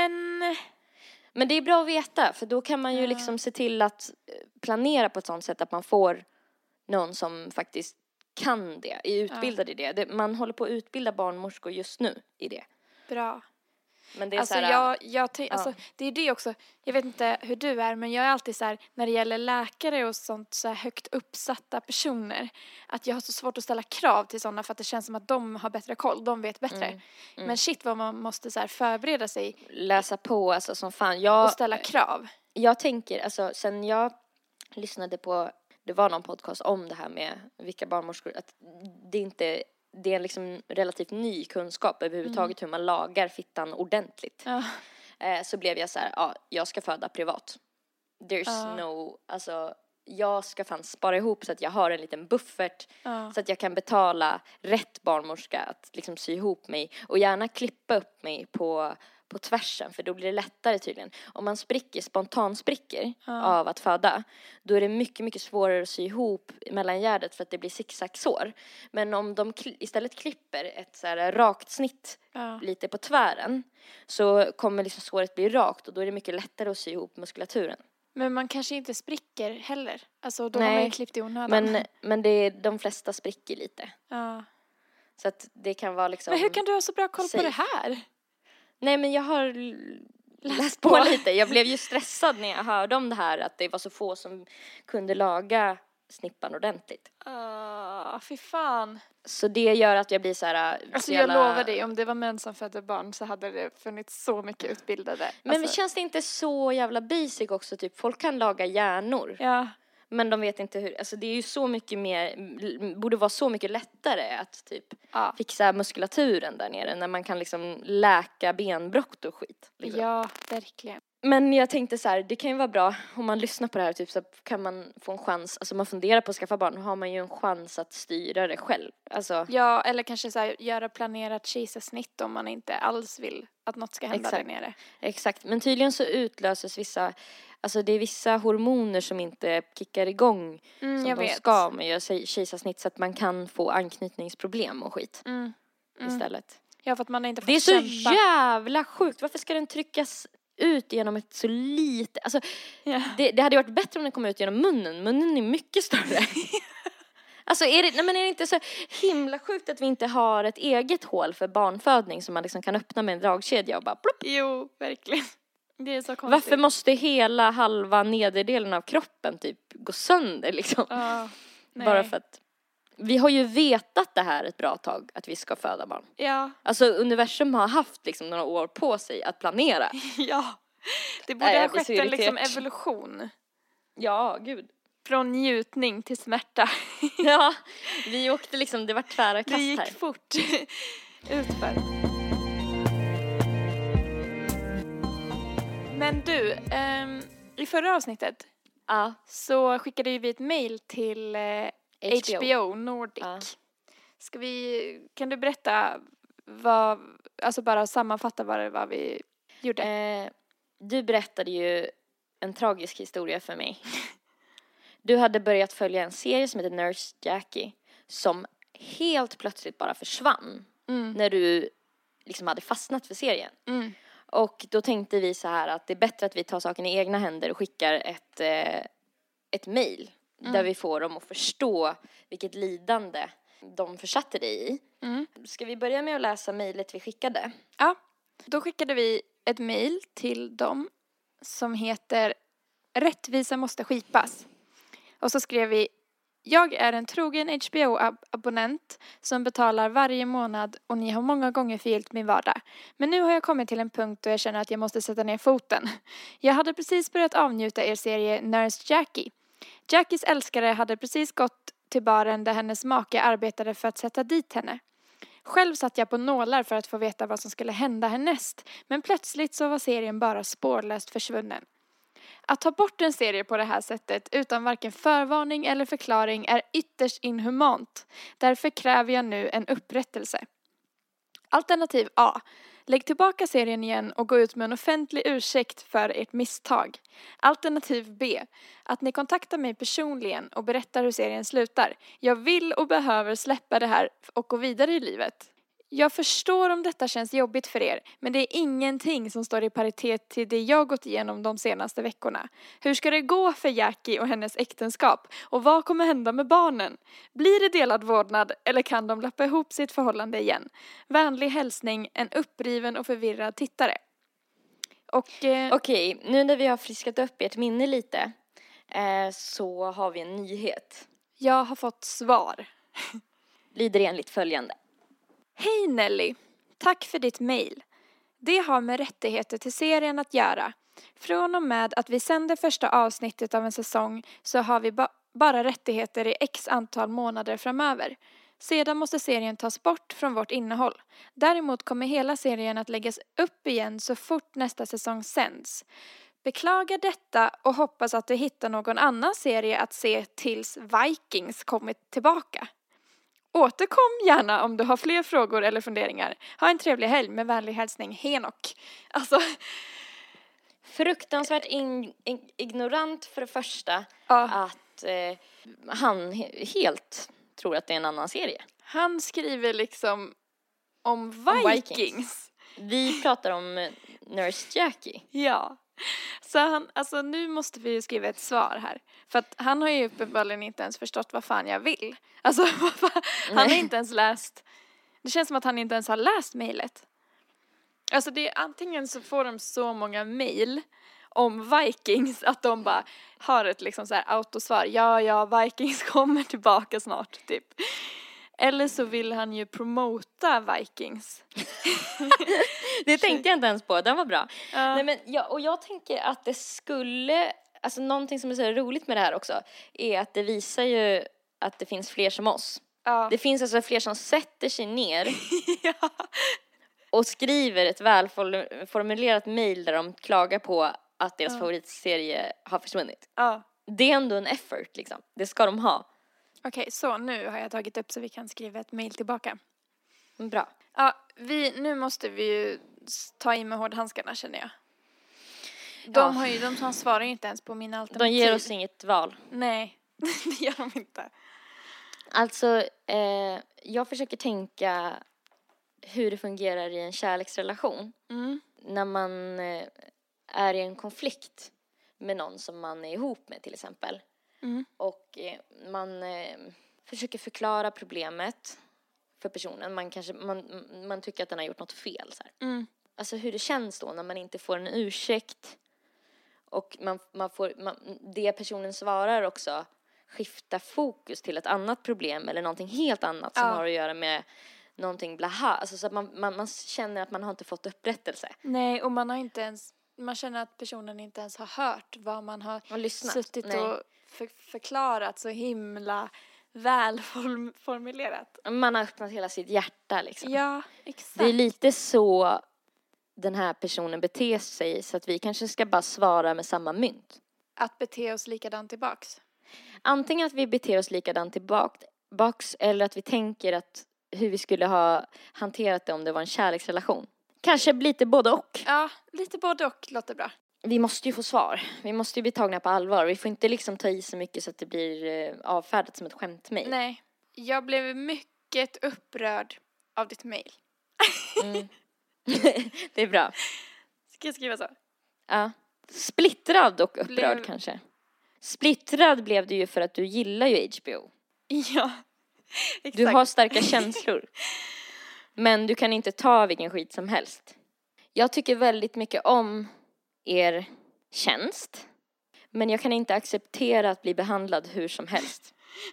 Men det är bra att veta, för då kan man ju liksom se till att planera på ett sånt sätt att man får någon som faktiskt kan det, är utbildad i det. Man håller på att utbilda barnmorskor just nu i det. Bra. Men det är Alltså så här, alltså det är det också. Jag vet inte hur du är, men jag är alltid så här när det gäller läkare och sånt, så här högt uppsatta personer, att jag har så svårt att ställa krav till sådana för att det känns som att de har bättre koll, de vet bättre. Men shit vad man måste så här förbereda sig. Läsa på alltså som fan. Och ställa krav. Jag tänker, alltså sen jag lyssnade på, det var någon podcast om det här med vilka barnmorskor, att det är liksom relativt ny kunskap överhuvudtaget hur man lagar fittan ordentligt. Så blev jag så här, jag ska föda privat. Alltså jag ska fan spara ihop så att jag har en liten buffert så att jag kan betala rätt barnmorska att liksom sy ihop mig och gärna klippa upp mig på tvärsen, för då blir det lättare tydligen. Om man spontanspricker av att föda, då är det mycket, mycket svårare att sy ihop mellangärdet för att det blir zigzagsår. Men om de istället klipper ett så här rakt snitt lite på tvären, så kommer liksom såret bli rakt och då är det mycket lättare att sy ihop muskulaturen. Men man kanske inte spricker heller. Alltså då har man ju klippt i onödan. Men de flesta spricker lite. Ja. Så att det kan vara liksom... Men hur kan du ha så bra koll på det här? Nej, men jag har läst på lite. Jag blev ju stressad när jag hörde om det här, att det var så få som kunde laga snippan ordentligt. Fy fan. Så det gör att jag blir så här... Alltså jag lovar dig, om det var män som födde barn så hade det funnits så mycket utbildade. Men känns det inte så jävla basic också? Typ, folk kan laga hjärnor. Ja. Men de vet inte hur, alltså det är ju så mycket mer, borde vara så mycket lättare att typ fixa muskulaturen där nere när man kan liksom läka benbrott och skit. Liksom. Ja, verkligen. Men jag tänkte så här, det kan ju vara bra om man lyssnar på det här typ, så kan man få en chans, alltså man funderar på att skaffa barn, då har man ju en chans att styra det själv. Alltså, ja, eller kanske så här, göra planerat kejsarsnitt om man inte alls vill att något ska hända där nere. Exakt, men tydligen så utlöses alltså det är vissa hormoner som inte kickar igång som de ska om man gör kejsarsnitt, så att man kan få anknytningsproblem och skit istället. Ja, för att man inte får det är så jävla sjukt. Varför ska den tryckas ut genom ett så lite... Alltså, det hade varit bättre om den kom ut genom munnen. Munnen är mycket större. Alltså, är det inte så himla sjukt att vi inte har ett eget hål för barnfödning som man liksom kan öppna med en dragkedja och bara plopp? Jo, verkligen. Det är så konstigt. Varför måste hela halva nederdelen av kroppen typ gå sönder liksom? Bara för att vi har ju vetat det här ett bra tag, att vi ska föda barn. Ja. Alltså universum har haft liksom några år på sig att planera. Ja. Det borde ha skett en liksom evolution. Ja, gud. Från njutning till smärta. Ja, vi åkte liksom, det var tvära kast här. Det gick fort utför. Men du, i förra avsnittet så skickade vi ett mejl till HBO Nordic. Kan du berätta alltså bara sammanfatta vad vi gjorde? Du berättade ju en tragisk historia för mig. Du hade börjat följa en serie som heter Nurse Jackie, som helt plötsligt bara försvann när du liksom hade fastnat för serien. Och då tänkte vi så här att det är bättre att vi tar saken i egna händer och skickar ett mejl där vi får dem att förstå vilket lidande de försatte dig i. Ska vi börja med att läsa mejlet vi skickade? Ja, då skickade vi ett mejl till dem som heter Rättvisa måste skipas. Och så skrev vi: jag är en trogen HBO-abonnent som betalar varje månad och ni har många gånger förgyllt min vardag. Men nu har jag kommit till en punkt då jag känner att jag måste sätta ner foten. Jag hade precis börjat avnjuta er serie Nurse Jackie. Jackies älskare hade precis gått till baren där hennes make arbetade för att sätta dit henne. Själv satt jag på nålar för att få veta vad som skulle hända härnäst, men plötsligt så var serien bara spårlöst försvunnen. Att ta bort en serie på det här sättet utan varken förvarning eller förklaring är ytterst inhumant. Därför kräver jag nu en upprättelse. Alternativ A. Lägg tillbaka serien igen och gå ut med en offentlig ursäkt för ert misstag. Alternativ B. Att ni kontaktar mig personligen och berättar hur serien slutar. Jag vill och behöver släppa det här och gå vidare i livet. Jag förstår om detta känns jobbigt för er, men det är ingenting som står i paritet till det jag gått igenom de senaste veckorna. Hur ska det gå för Jackie och hennes äktenskap? Och vad kommer hända med barnen? Blir det delad vårdnad eller kan de lappa ihop sitt förhållande igen? Vänlig hälsning, en uppriven och förvirrad tittare. Okej, nu när vi har friskat upp ert minne lite så har vi en nyhet. Jag har fått svar. Lyder enligt följande. Hej Nelly, tack för ditt mejl. Det har med rättigheter till serien att göra. Från och med att vi sänder första avsnittet av en säsong så har vi bara rättigheter i x antal månader framöver. Sedan måste serien tas bort från vårt innehåll. Däremot kommer hela serien att läggas upp igen så fort nästa säsong sänds. Beklagar detta och hoppas att du hittar någon annan serie att se tills Vikings kommit tillbaka. Återkom gärna om du har fler frågor eller funderingar. Ha en trevlig helg med vänlig hälsning Henok. Alltså... Fruktansvärt ignorant för det första att han helt tror att det är en annan serie. Han skriver liksom om Vikings. Vi pratar om Nurse Jackie. Ja. Så nu måste vi ju skriva ett svar här. För att han har ju uppenbarligen inte ens förstått vad fan jag vill. Alltså han har inte ens läst. Det känns som att han inte ens har läst mejlet. Alltså det är antingen så får de så många mejl om Vikings att de bara har ett liksom så här autosvar. Ja, Vikings kommer tillbaka snart typ. Eller så vill han ju promota Vikings. Det tänkte jag inte ens på, den var bra. Nej, men, och jag tänker att det skulle, alltså någonting som är så roligt med det här också är att det visar ju att det finns fler som oss. Det finns alltså fler som sätter sig ner och skriver ett välformulerat mejl där de klagar på att deras favoritserie har försvunnit. Det är ändå en effort liksom, det ska de ha. Okej, så nu har jag tagit upp så vi kan skriva ett mejl tillbaka. Bra. Ja, nu måste vi ju ta in med hårdhandskarna känner jag. De svarar ju inte ens på mina alternativ. De ger oss inget val. Nej, det gör de inte. Alltså, jag försöker tänka hur det fungerar i en kärleksrelation. När man är i en konflikt med någon som man är ihop med till exempel. Och man försöker förklara problemet för personen. Man tycker att den har gjort något fel. Så här. Alltså hur det känns då när man inte får en ursäkt. Och det personen svarar också skiftar fokus till ett annat problem. Eller någonting helt annat som har att göra med någonting blaha. Alltså så att man känner att man har inte fått upprättelse. Nej, och man har inte ens... Man känner att personen inte ens har hört vad man har suttit och förklarat så himla välformulerat. Man har öppnat hela sitt hjärta liksom. Ja, exakt. Det är lite så den här personen beter sig så att vi kanske ska bara svara med samma mynt. Att bete oss likadant tillbaks. Antingen att vi beter oss likadant tillbaks eller att vi tänker att hur vi skulle ha hanterat det om det var en kärleksrelation. Kanske lite både och. Ja, lite både och låter bra. Vi måste ju få svar. Vi måste ju bli tagna på allvar. Vi får inte liksom ta i så mycket så att det blir avfärdat som ett skämtmejl. Nej, jag blev mycket upprörd av ditt mejl. Det är bra. Ska jag skriva så? Ja. Splittrad och upprörd kanske. Splittrad blev du ju för att du gillar ju HBO. Ja, exakt. Du har starka känslor. Men du kan inte ta vilken skit som helst. Jag tycker väldigt mycket om er tjänst. Men jag kan inte acceptera att bli behandlad hur som helst.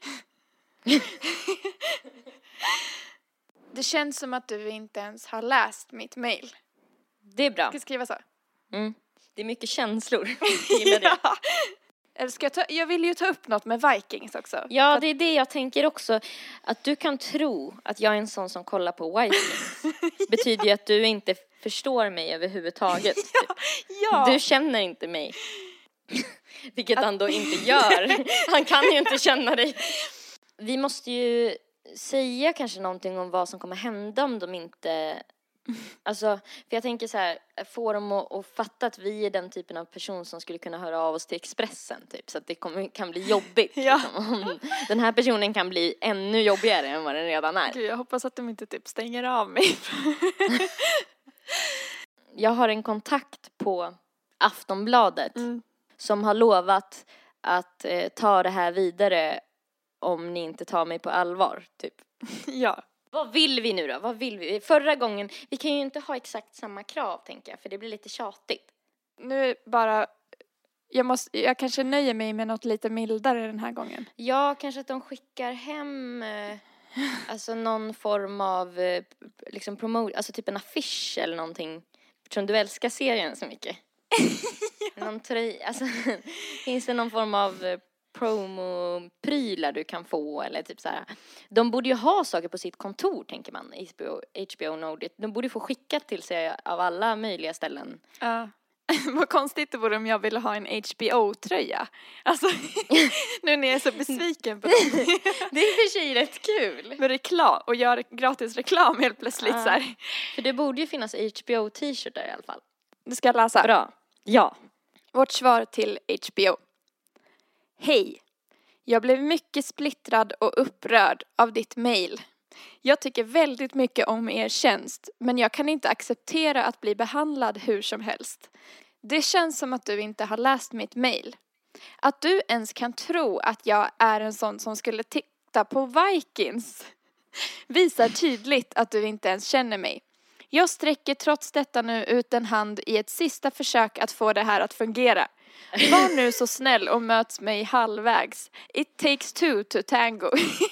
Det känns som att du inte ens har läst mitt mejl. Det är bra. Ska jag skriva så? Det är mycket känslor. Jag gillar det. Ja. Eller jag vill ju ta upp något med Vikings också. Ja, det är det jag tänker också. Att du kan tro att jag är en sån som kollar på Vikings. Betyder ju att du inte förstår mig överhuvudtaget. Ja. Du känner inte mig. Vilket han då inte gör. Han kan ju inte känna dig. Vi måste ju säga kanske någonting om vad som kommer hända om de inte Alltså, för jag tänker så här, få dem att fatta att vi är den typen av person som skulle kunna höra av oss till Expressen typ, så att det kan bli jobbigt. Ja. Liksom. Den här personen kan bli ännu jobbigare än vad den redan är. Gud, jag hoppas att de inte typ stänger av mig. Jag har en kontakt på Aftonbladet som har lovat att ta det här vidare om ni inte tar mig på allvar, typ. Ja. Vad vill vi nu då? Vad vill vi? Förra gången, vi kan ju inte ha exakt samma krav, tänker jag, för det blir lite tjatigt. Nu bara, jag kanske nöjer mig med något lite mildare den här gången. Ja, kanske att de skickar hem alltså någon form av liksom alltså typ en affisch eller någonting. Eftersom du älskar serien så mycket. Ja. Någon alltså, finns det någon form av promo-prylar du kan få eller typ så här. De borde ju ha saker på sitt kontor, tänker man, HBO Nordic. De borde få skickat till sig av alla möjliga ställen. Ja. Vad konstigt det vore om jag ville ha en HBO-tröja. Alltså, nu när jag är så besviken på dem. Det är för sig rätt kul. Med reklam, och gör gratis reklam helt plötsligt så här. För det borde ju finnas HBO-t-shirtar i alla fall. Du ska läsa. Bra. Ja. Vårt svar till HBO. Hej. Jag blev mycket splittrad och upprörd av ditt mejl. Jag tycker väldigt mycket om er tjänst, men jag kan inte acceptera att bli behandlad hur som helst. Det känns som att du inte har läst mitt mejl. Att du ens kan tro att jag är en sån som skulle titta på Vikings visar tydligt att du inte ens känner mig. Jag sträcker trots detta nu ut en hand i ett sista försök att få det här att fungera. Var nu så snäll och möts mig halvvägs. It takes two to tango.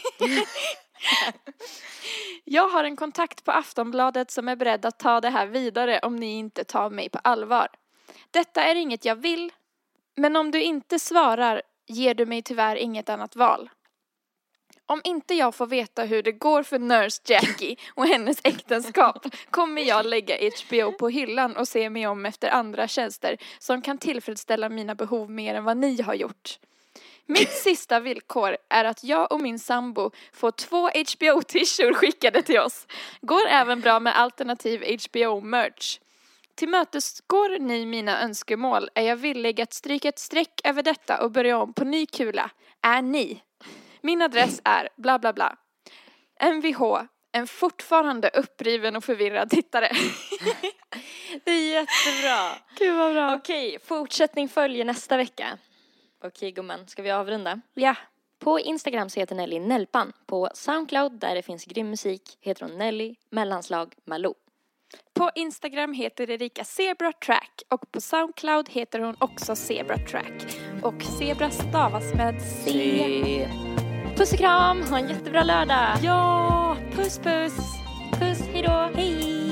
Jag har en kontakt på Aftonbladet som är beredd att ta det här vidare om ni inte tar mig på allvar. Detta är inget jag vill, men om du inte svarar ger du mig tyvärr inget annat val. Om inte jag får veta hur det går för Nurse Jackie och hennes äktenskap kommer jag lägga HBO på hyllan och se mig om efter andra tjänster som kan tillfredsställa mina behov mer än vad ni har gjort. Mitt sista villkor är att jag och min sambo får 2 HBO-t-shirts skickade till oss. Går även bra med alternativ HBO-merch. Tillmötesgår ni mina önskemål är jag villig att stryka ett streck över detta och börja om på ny kula. Är ni? Min adress är bla bla bla. MVH, en fortfarande uppriven och förvirrad tittare. Det är jättebra. Gud vad bra. Okej, fortsättning följer nästa vecka. Okej gumman, ska vi avrunda? Ja. På Instagram så heter Nelly Nelpan. På Soundcloud, där det finns grym musik, heter hon Nelly mellanslag Malou. På Instagram heter Erika Zebra Track och på Soundcloud heter hon också Zebra Track. Och Zebra stavas med C. Puss och kram, ha en jättebra lördag. Ja, puss puss. Puss, hejdå. Hej.